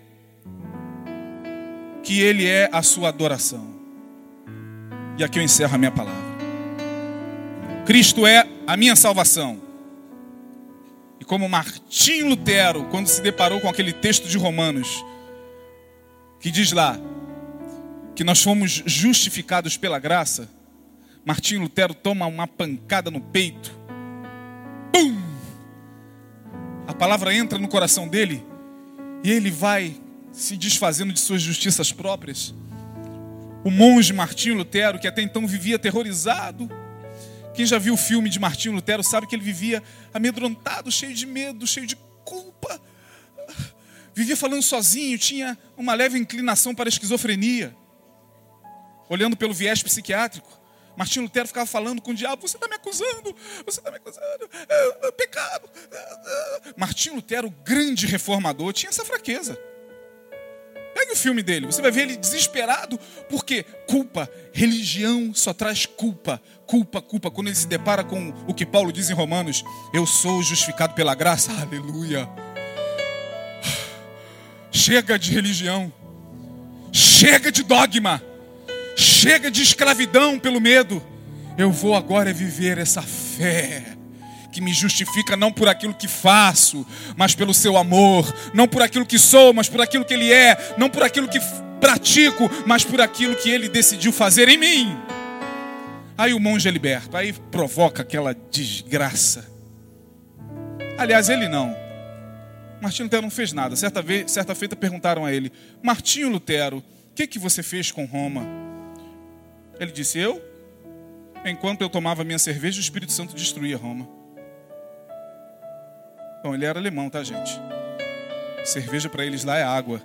que Ele é a sua adoração. E aqui eu encerro a minha palavra. Cristo é a minha salvação. E como Martinho Lutero, quando se deparou com aquele texto de Romanos, que diz lá, que nós fomos justificados pela graça, Martinho Lutero toma uma pancada no peito. Pum! A palavra entra no coração dele, e ele vai se desfazendo de suas justiças próprias. O monge Martinho Lutero, que até então vivia aterrorizado. Quem já viu o filme de Martinho Lutero sabe que ele vivia amedrontado, cheio de medo, cheio de culpa. Vivia falando sozinho, tinha uma leve inclinação para a esquizofrenia. Olhando pelo viés psiquiátrico, Martinho Lutero ficava falando com o diabo, você está me acusando, você está me acusando, é, é pecado. Martinho Lutero, grande reformador, tinha essa fraqueza. Pegue o filme dele, você vai ver ele desesperado, porque culpa, religião só traz culpa, culpa, culpa. Quando ele se depara com o que Paulo diz em Romanos, eu sou justificado pela graça, aleluia. Chega de religião, chega de dogma, chega de escravidão pelo medo. Eu vou agora viver essa fé que me justifica não por aquilo que faço, mas pelo seu amor, não por aquilo que sou, mas por aquilo que Ele é, não por aquilo que pratico, mas por aquilo que Ele decidiu fazer em mim. Aí o monge é liberto, aí provoca aquela desgraça. Aliás, ele não. Martinho Lutero não fez nada. Certa vez, certa feita perguntaram a ele: Martinho Lutero, o que, que você fez com Roma? Ele disse: eu? Enquanto eu tomava minha cerveja, o Espírito Santo destruía Roma. Bom, ele era alemão, tá, gente? Cerveja para eles lá é água.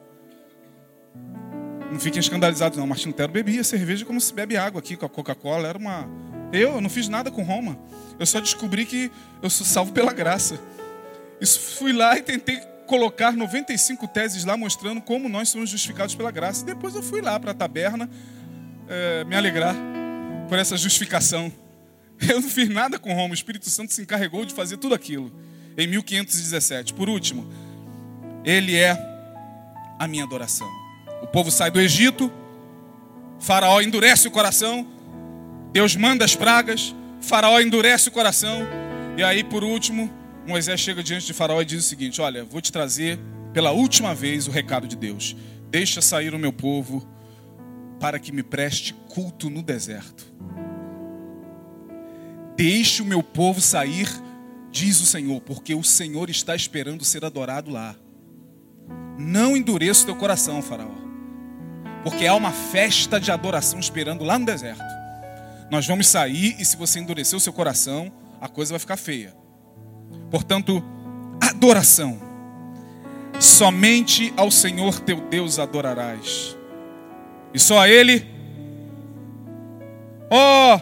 Não fiquem escandalizados, não. Martinho Lutero bebia cerveja como se bebe água aqui com a Coca-Cola. Era uma... Eu, eu não fiz nada com Roma. Eu só descobri que eu sou salvo pela graça. Isso, fui lá e tentei colocar noventa e cinco teses lá mostrando como nós somos justificados pela graça. Depois eu fui lá para a taberna é, me alegrar por essa justificação. Eu não fiz nada com Roma. O Espírito Santo se encarregou de fazer tudo aquilo em mil quinhentos e dezessete. Por último, ele é a minha adoração. O povo sai do Egito, Faraó endurece o coração, Deus manda as pragas, Faraó endurece o coração, e aí por último Moisés chega diante de Faraó e diz o seguinte: olha, vou te trazer pela última vez o recado de Deus. Deixa sair o meu povo para que me preste culto no deserto. Deixe o meu povo sair, diz o Senhor, porque o Senhor está esperando ser adorado lá. Não endureça o teu coração, Faraó, porque há uma festa de adoração esperando lá no deserto. Nós vamos sair e se você endurecer o seu coração, a coisa vai ficar feia. Portanto, adoração. Somente ao Senhor teu Deus adorarás. E só a Ele. Ó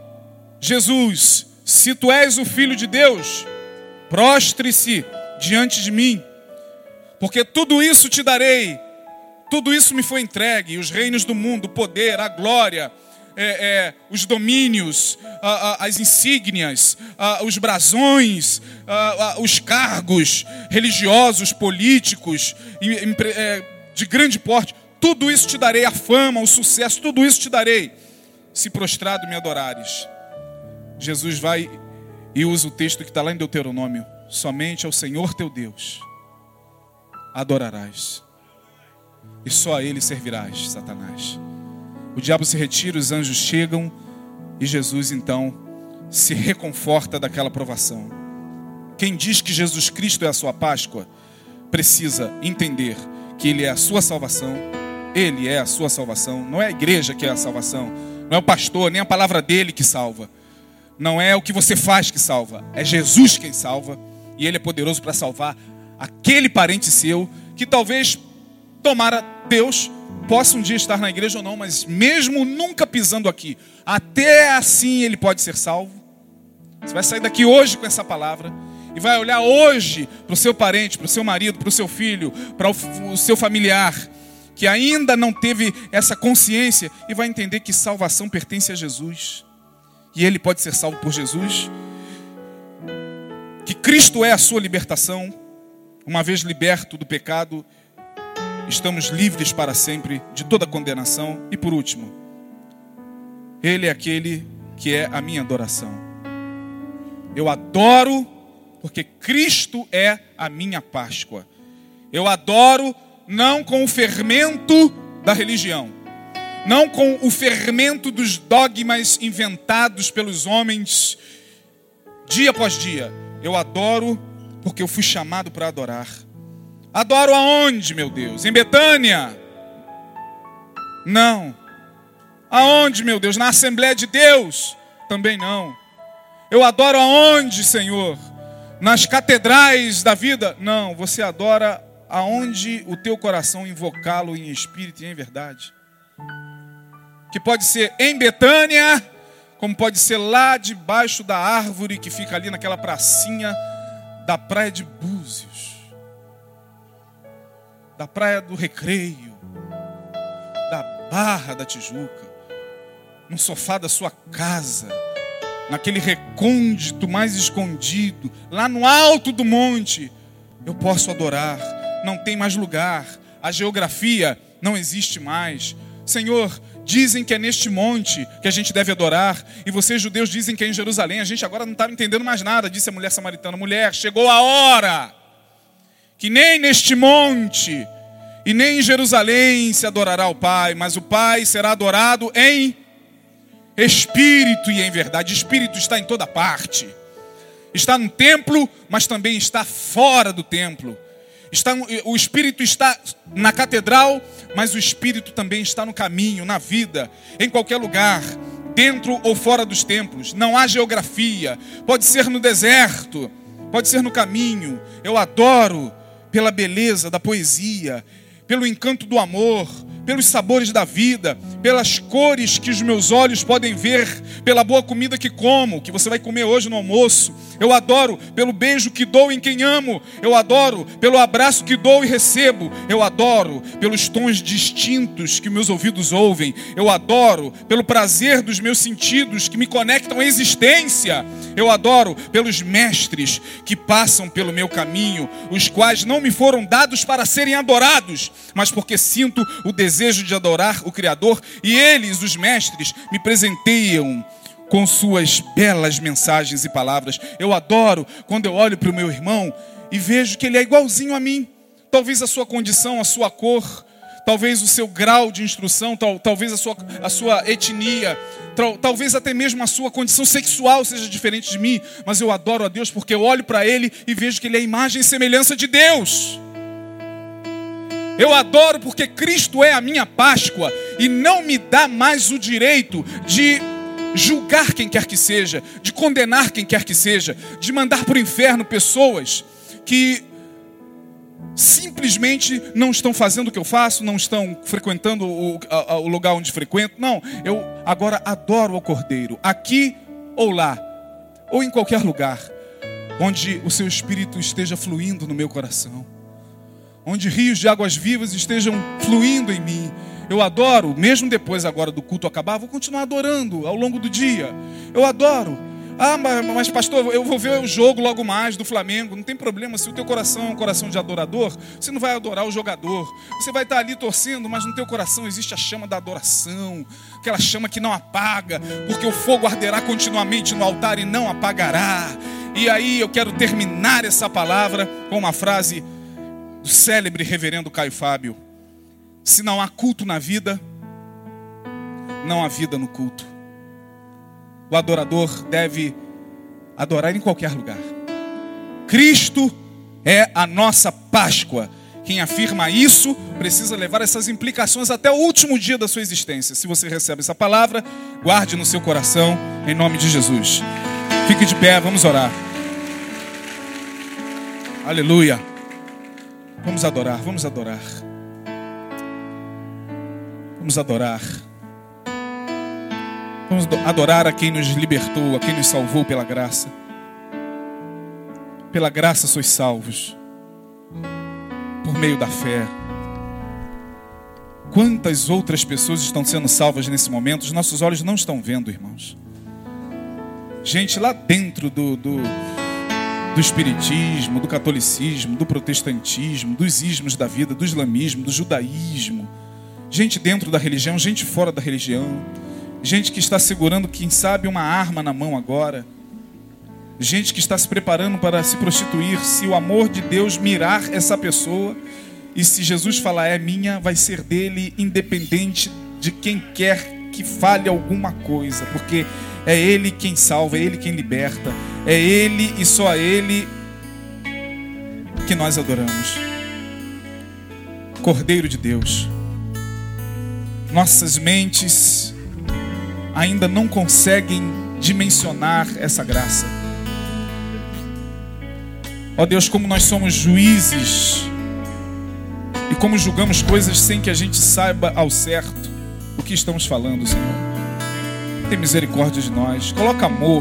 Jesus, se tu és o Filho de Deus, prostre-se diante de mim, porque tudo isso te darei. Tudo isso me foi entregue, os reinos do mundo, o poder, a glória, é, é, os domínios, a, a, as insígnias, a, os brasões, a, a, os cargos religiosos, políticos, é, de grande porte. Tudo isso te darei, a fama, o sucesso, tudo isso te darei, se prostrado me adorares. Jesus vai e usa o texto que está lá em Deuteronômio: somente ao Senhor teu Deus adorarás. E só a Ele servirás, Satanás. O diabo se retira, os anjos chegam, e Jesus então se reconforta daquela provação. Quem diz que Jesus Cristo é a sua Páscoa, precisa entender que Ele é a sua salvação. Ele é a sua salvação. Não é a igreja que é a salvação, não é o pastor, nem a palavra dele que salva. Não é o que você faz que salva, é Jesus quem salva. E Ele é poderoso para salvar aquele parente seu que talvez, tomara Deus, possa um dia estar na igreja ou não, mas mesmo nunca pisando aqui, até assim ele pode ser salvo. Você vai sair daqui hoje com essa palavra e vai olhar hoje para o seu parente, para o seu marido, para o seu filho, para o seu familiar que ainda não teve essa consciência, e vai entender que salvação pertence a Jesus, e ele pode ser salvo por Jesus, que Cristo é a sua libertação. Uma vez liberto do pecado, estamos livres para sempre de toda condenação. E por último, Ele é aquele que é a minha adoração. Eu adoro porque Cristo é a minha Páscoa. Eu adoro não com o fermento da religião, não com o fermento dos dogmas inventados pelos homens dia após dia. Eu adoro porque eu fui chamado para adorar. Adoro aonde, meu Deus? Em Betânia? Não. Aonde, meu Deus? Na Assembleia de Deus? Também não. Eu adoro aonde, Senhor? Nas catedrais da vida? Não. Você adora aonde o teu coração invocá-lo em espírito e em verdade. Que pode ser em Betânia, como pode ser lá debaixo da árvore que fica ali naquela pracinha da praia de Búzios, da praia do Recreio, da Barra da Tijuca, no sofá da sua casa, naquele recôndito mais escondido, lá no alto do monte. Eu posso adorar, não tem mais lugar, a geografia não existe mais. Senhor, dizem que é neste monte que a gente deve adorar, e vocês judeus dizem que é em Jerusalém. A gente agora não está entendendo mais nada, disse a mulher samaritana. Mulher, chegou a hora que nem neste monte e nem em Jerusalém se adorará o Pai, mas o Pai será adorado em... espírito e em verdade. Espírito está em toda parte. Está no templo, mas também está fora do templo. Está, o Espírito está na catedral, mas o Espírito também está no caminho, na vida, em qualquer lugar, dentro ou fora dos templos. Não há geografia. Pode ser no deserto, pode ser no caminho. Eu adoro pela beleza da poesia, pelo encanto do amor, pelos sabores da vida, pelas cores que os meus olhos podem ver, pela boa comida que como, que você vai comer hoje no almoço. Eu adoro pelo beijo que dou em quem amo. Eu adoro pelo abraço que dou e recebo. Eu adoro pelos tons distintos que meus ouvidos ouvem. Eu adoro pelo prazer dos meus sentidos que me conectam à existência. Eu adoro pelos mestres que passam pelo meu caminho, os quais não me foram dados para serem adorados, mas porque sinto o desejo de adorar o Criador, e eles, os mestres, me presenteiam com suas belas mensagens e palavras. Eu adoro quando eu olho para o meu irmão e vejo que ele é igualzinho a mim. Talvez a sua condição, a sua cor, talvez o seu grau de instrução, tal, talvez a sua, a sua etnia, tal, talvez até mesmo a sua condição sexual seja diferente de mim, mas eu adoro a Deus porque eu olho para ele e vejo que ele é a imagem e semelhança de Deus. Eu adoro porque Cristo é a minha Páscoa e não me dá mais o direito de julgar quem quer que seja, de condenar quem quer que seja, de mandar para o inferno pessoas que simplesmente não estão fazendo o que eu faço, não estão frequentando o, a, o lugar onde frequento. Não, eu agora adoro o Cordeiro, aqui ou lá, ou em qualquer lugar, onde o seu Espírito esteja fluindo no meu coração, onde rios de águas vivas estejam fluindo em mim. Eu adoro, mesmo depois agora do culto acabar, vou continuar adorando ao longo do dia. Eu adoro. Ah, mas, mas pastor, eu vou ver o jogo logo mais do Flamengo. Não tem problema, se o teu coração é um coração de adorador, você não vai adorar o jogador. Você vai estar ali torcendo, mas no teu coração existe a chama da adoração, aquela chama que não apaga, porque o fogo arderá continuamente no altar e não apagará. E aí eu quero terminar essa palavra com uma frase do célebre reverendo Caio Fábio: se não há culto na vida, não há vida no culto. O adorador deve adorar em qualquer lugar. Cristo é a nossa Páscoa. Quem afirma isso precisa levar essas implicações até o último dia da sua existência. Se você recebe essa palavra, guarde no seu coração, em nome de Jesus. Fique de pé, vamos orar. Aleluia. Vamos adorar, vamos adorar. Vamos adorar. Vamos adorar a quem nos libertou, a quem nos salvou pela graça. Pela graça sois salvos, por meio da fé. Quantas outras pessoas estão sendo salvas nesse momento? Os nossos olhos não estão vendo, irmãos. Gente lá dentro do, do, do espiritismo, do catolicismo, do protestantismo, dos ismos da vida, do islamismo, do judaísmo. Gente dentro da religião, gente fora da religião. Gente que está segurando, quem sabe, uma arma na mão agora. Gente que está se preparando para se prostituir. Se o amor de Deus mirar essa pessoa, e se Jesus falar é minha, vai ser dele, independente de quem quer que fale alguma coisa. Porque é Ele quem salva, é Ele quem liberta. É Ele e só a Ele que nós adoramos. Cordeiro de Deus. Nossas mentes ainda não conseguem dimensionar essa graça. Ó Deus, como nós somos juízes e como julgamos coisas sem que a gente saiba ao certo o que estamos falando, Senhor. Tem misericórdia de nós. Coloca amor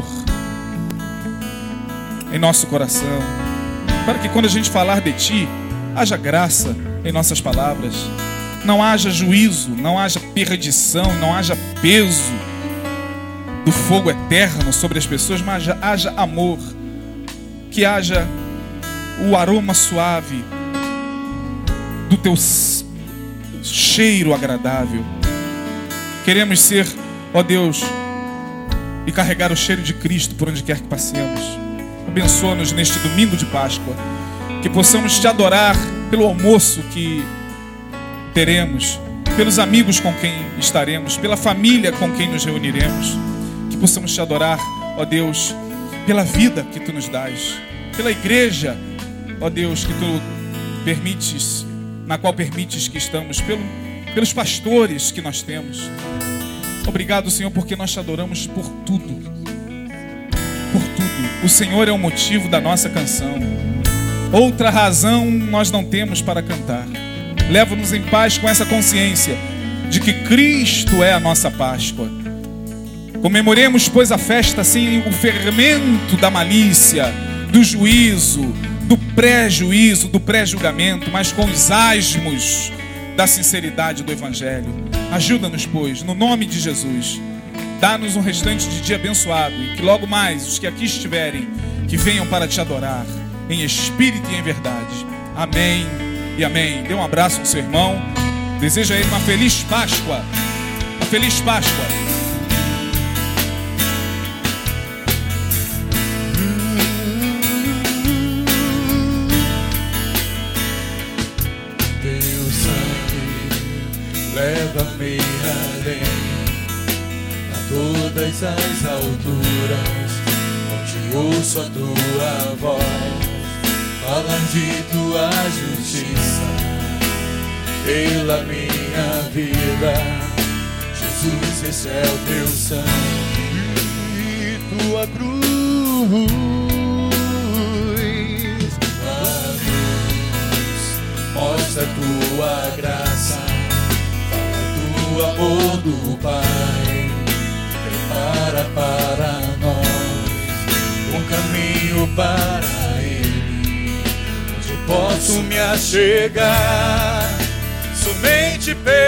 em nosso coração, para que quando a gente falar de Ti, haja graça em nossas palavras. Não haja juízo, não haja perdição, não haja peso do fogo eterno sobre as pessoas, mas haja, haja amor, que haja o aroma suave do Teu cheiro agradável. Queremos ser, ó Deus, e carregar o cheiro de Cristo por onde quer que passemos. Abençoa-nos neste domingo de Páscoa, que possamos Te adorar pelo almoço que teremos, pelos amigos com quem estaremos, pela família com quem nos reuniremos. Que possamos te adorar, ó Deus, pela vida que tu nos dás, pela igreja, ó Deus, que tu permites, na qual permites que estamos, pelo, pelos pastores que nós temos. Obrigado, Senhor, porque nós te adoramos por tudo. Por tudo. O Senhor é o motivo da nossa canção. Outra razão nós não temos para cantar. Leva-nos em paz com essa consciência de que Cristo é a nossa Páscoa. Comemoremos, pois, a festa sem o fermento da malícia, do juízo, do pré-juízo, do pré-julgamento, mas com os asmos da sinceridade do Evangelho. Ajuda-nos, pois, no nome de Jesus. Dá-nos um restante de dia abençoado e que logo mais os que aqui estiverem, que venham para te adorar em espírito e em verdade. Amém e amém. Dê um abraço no seu irmão. Desejo a ele uma feliz Páscoa. Uma feliz Páscoa. Leva-me além, a todas as alturas, onde ouço a tua voz, falar de tua justiça, pela minha vida. Jesus, esse é o teu sangue e tua cruz, tua cruz mostra a tua graça, o amor do Pai prepara para nós um caminho para Ele, onde posso me achegar somente pelo